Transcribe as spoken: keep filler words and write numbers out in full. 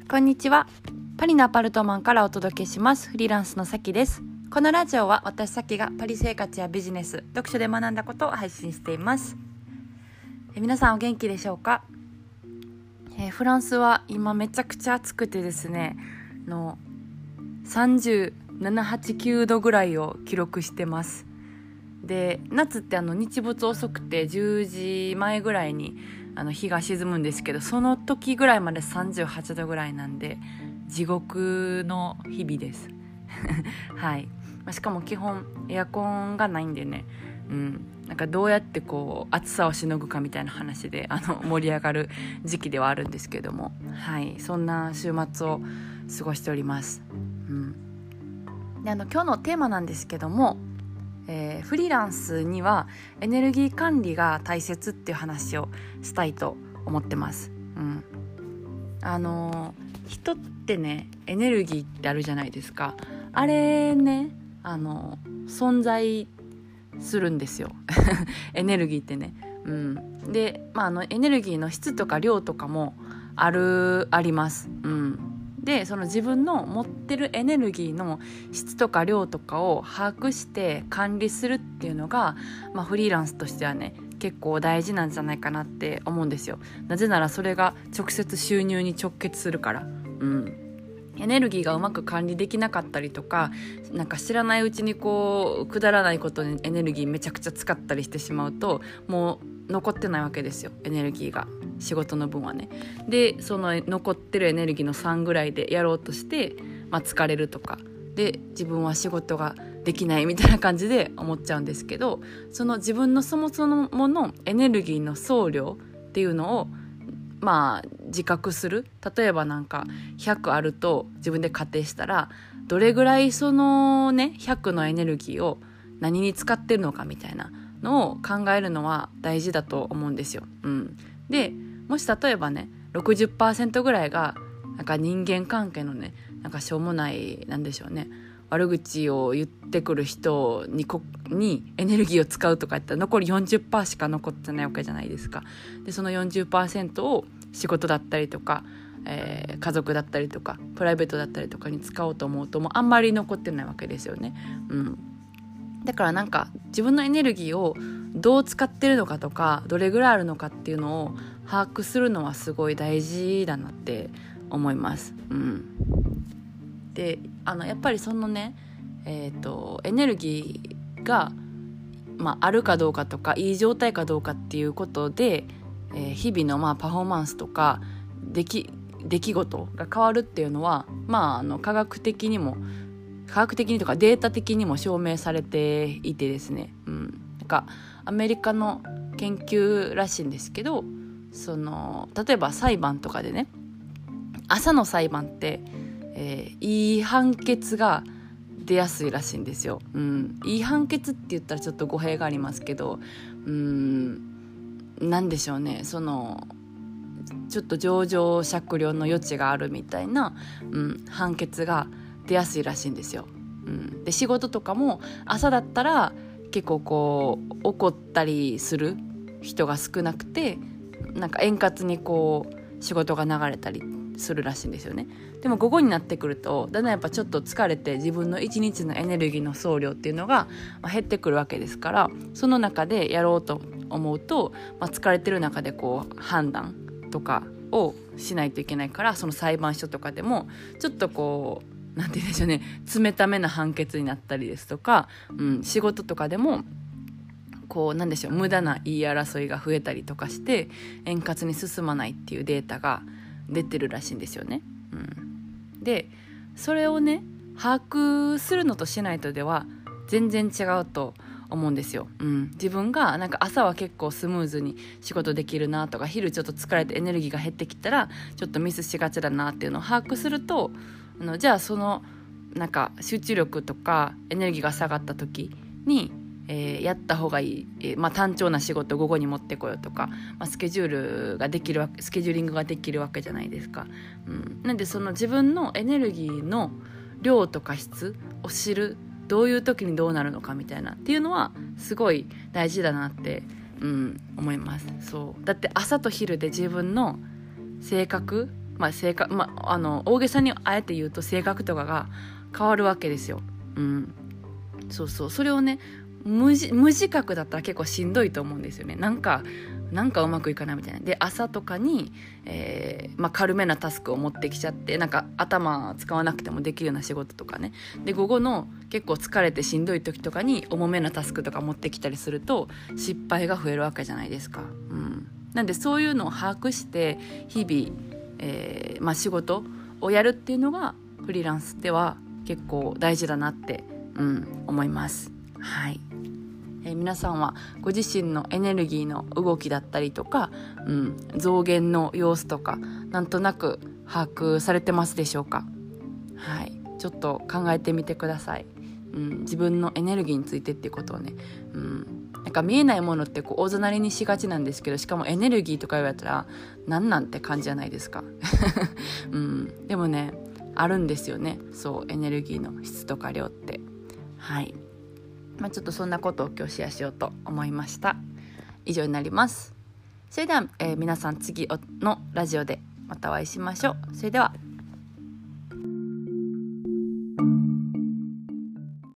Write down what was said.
こんにちは。パリのアパルトマンからお届けしますフリーランスのさきです。このラジオは私さきがパリ生活やビジネス、読書で学んだことを配信しています。え皆さんお元気でしょうか。えフランスは今めちゃくちゃ暑くてですねのさんじゅうなな、はち、きゅうどぐらいを記録してます。で夏ってあの日没遅くてじゅうじまえぐらいにあの日が沈むんですけど、その時ぐらいまでさんじゅうはちどぐらいなんで地獄の日々ですはい、しかも基本エアコンがないんでね、うん、なんかどうやってこう暑さをしのぐかみたいな話であの盛り上がる時期ではあるんですけども、はい、そんな週末を過ごしております。うん、であの今日のテーマなんですけども、えー、フリーランスにはエネルギー管理が大切っていう話をしたいと思ってます。うん、あのー、人ってねエネルギーってあるじゃないですか。あれね、あのー、存在するんですよエネルギーってね、うん、で、まあ、あのエネルギーの質とか量とかもあるあります。うんでその自分の持ってるエネルギーの質とか量とかを把握して管理するっていうのが、まあ、フリーランスとしてはね結構大事なんじゃないかなって思うんですよ。なぜならそれが直接収入に直結するから。うんエネルギーがうまく管理できなかったりとか、なんか知らないうちにこうくだらないことにエネルギーめちゃくちゃ使ったりしてしまうと、もう残ってないわけですよ、エネルギーが、仕事の分はね。でその残ってるエネルギーのさんぐらいでやろうとして、まあ、疲れるとかで自分は仕事ができないみたいな感じで思っちゃうんですけど、その自分のそもそものエネルギーの総量っていうのをまあ自覚する。例えばなんかひゃくあると自分で仮定したら、どれぐらいそのねひゃくのエネルギーを何に使ってるのかみたいなのを考えるのは大事だと思うんですよ。うん、でもし例えばね ろくじゅっパーセント ぐらいがなんか人間関係のねなんかしょうもないなんでしょうね悪口を言ってくる人にこにエネルギーを使うとか言ったら残り よんじゅっパーセント しか残ってないわけじゃないですか。でその よんじゅっパーセント を仕事だったりとか、えー、家族だったりとかプライベートだったりとかに使おうと思うともうあんまり残ってないわけですよね。うん、だからなんか自分のエネルギーをどう使ってるのかとかどれぐらいあるのかっていうのを把握するのはすごい大事だなって思います。うん、であのやっぱりそのね、えーと、エネルギーが、まあ、あるかどうかとかいい状態かどうかっていうことで、えー、日々のまあパフォーマンスとか出来、出来事が変わるっていうのは、まあ、あの科学的にも科学的にとかデータ的にも証明されていてですね、うん、なんかアメリカの研究らしいんですけど、その例えば裁判とかでね、朝の裁判って、えー、いい判決が出やすいらしいんですよ。うん、いい判決って言ったらちょっと語弊がありますけど、うーんなんでしょうね、そのちょっと情状酌量の余地があるみたいな、うん、判決が出やすいらしいんですよ。うん、で仕事とかも朝だったら結構こう怒ったりする人が少なくて、なんか円滑にこう仕事が流れたりするらしいんですよね。でも午後になってくるとだんだんやっぱちょっと疲れて自分の一日のエネルギーの総量っていうのが減ってくるわけですから、その中でやろうと思うと、まあ、疲れてる中でこう判断とかをしないといけないから、その裁判所とかでもちょっとこうなんて言うんでしょうね、冷ためな判決になったりですとか、うん、仕事とかでもこうなんでしょう無駄な言い争いが増えたりとかして円滑に進まないっていうデータが出てるらしいんですよね。うん、でそれをね把握するのとしないとでは全然違うと思うんですよ。うん、自分がなんか朝は結構スムーズに仕事できるなとか、昼ちょっと疲れてエネルギーが減ってきたらちょっとミスしがちだなっていうのを把握すると、あのじゃあそのなんか集中力とかエネルギーが下がった時にえー、やった方がいい、えーまあ、単調な仕事を午後に持ってこようとか、まあ、スケジュールができるわけスケジューリングができるわけじゃないですか。うん、なんでその自分のエネルギーの量とか質を知る、どういう時にどうなるのかみたいなっていうのはすごい大事だなって、うん、思います。そうだって朝と昼で自分の性格まあ性格、まあ、あの大げさにあえて言うと性格とかが変わるわけですよ。うん、そうそう、それをね無自、無自覚だったら結構しんどいと思うんですよね。なんかなんかうまくいかないみたいな。で朝とかに、えーまあ、軽めなタスクを持ってきちゃって、なんか頭使わなくてもできるような仕事とかね。で午後の結構疲れてしんどい時とかに重めなタスクとか持ってきたりすると失敗が増えるわけじゃないですか。うん、なんでそういうのを把握して日々、えーまあ、仕事をやるっていうのがフリーランスでは結構大事だなって、うん、思います。はい、えー、皆さんはご自身のエネルギーの動きだったりとか、うん、増減の様子とかなんとなく把握されてますでしょうか。はい、ちょっと考えてみてください。うん、自分のエネルギーについてっていうことをね、うん、なんか見えないものってこう大ざなりにしがちなんですけど、しかもエネルギーとか言われたらなんなんて感じじゃないですか、うん、でもねあるんですよね、そうエネルギーの質とか量って。はい、まあ、ちょっとそんなことを今日シェアしようと思いました。以上になります。それでは、えー、皆さん次のラジオでまたお会いしましょう。それでは。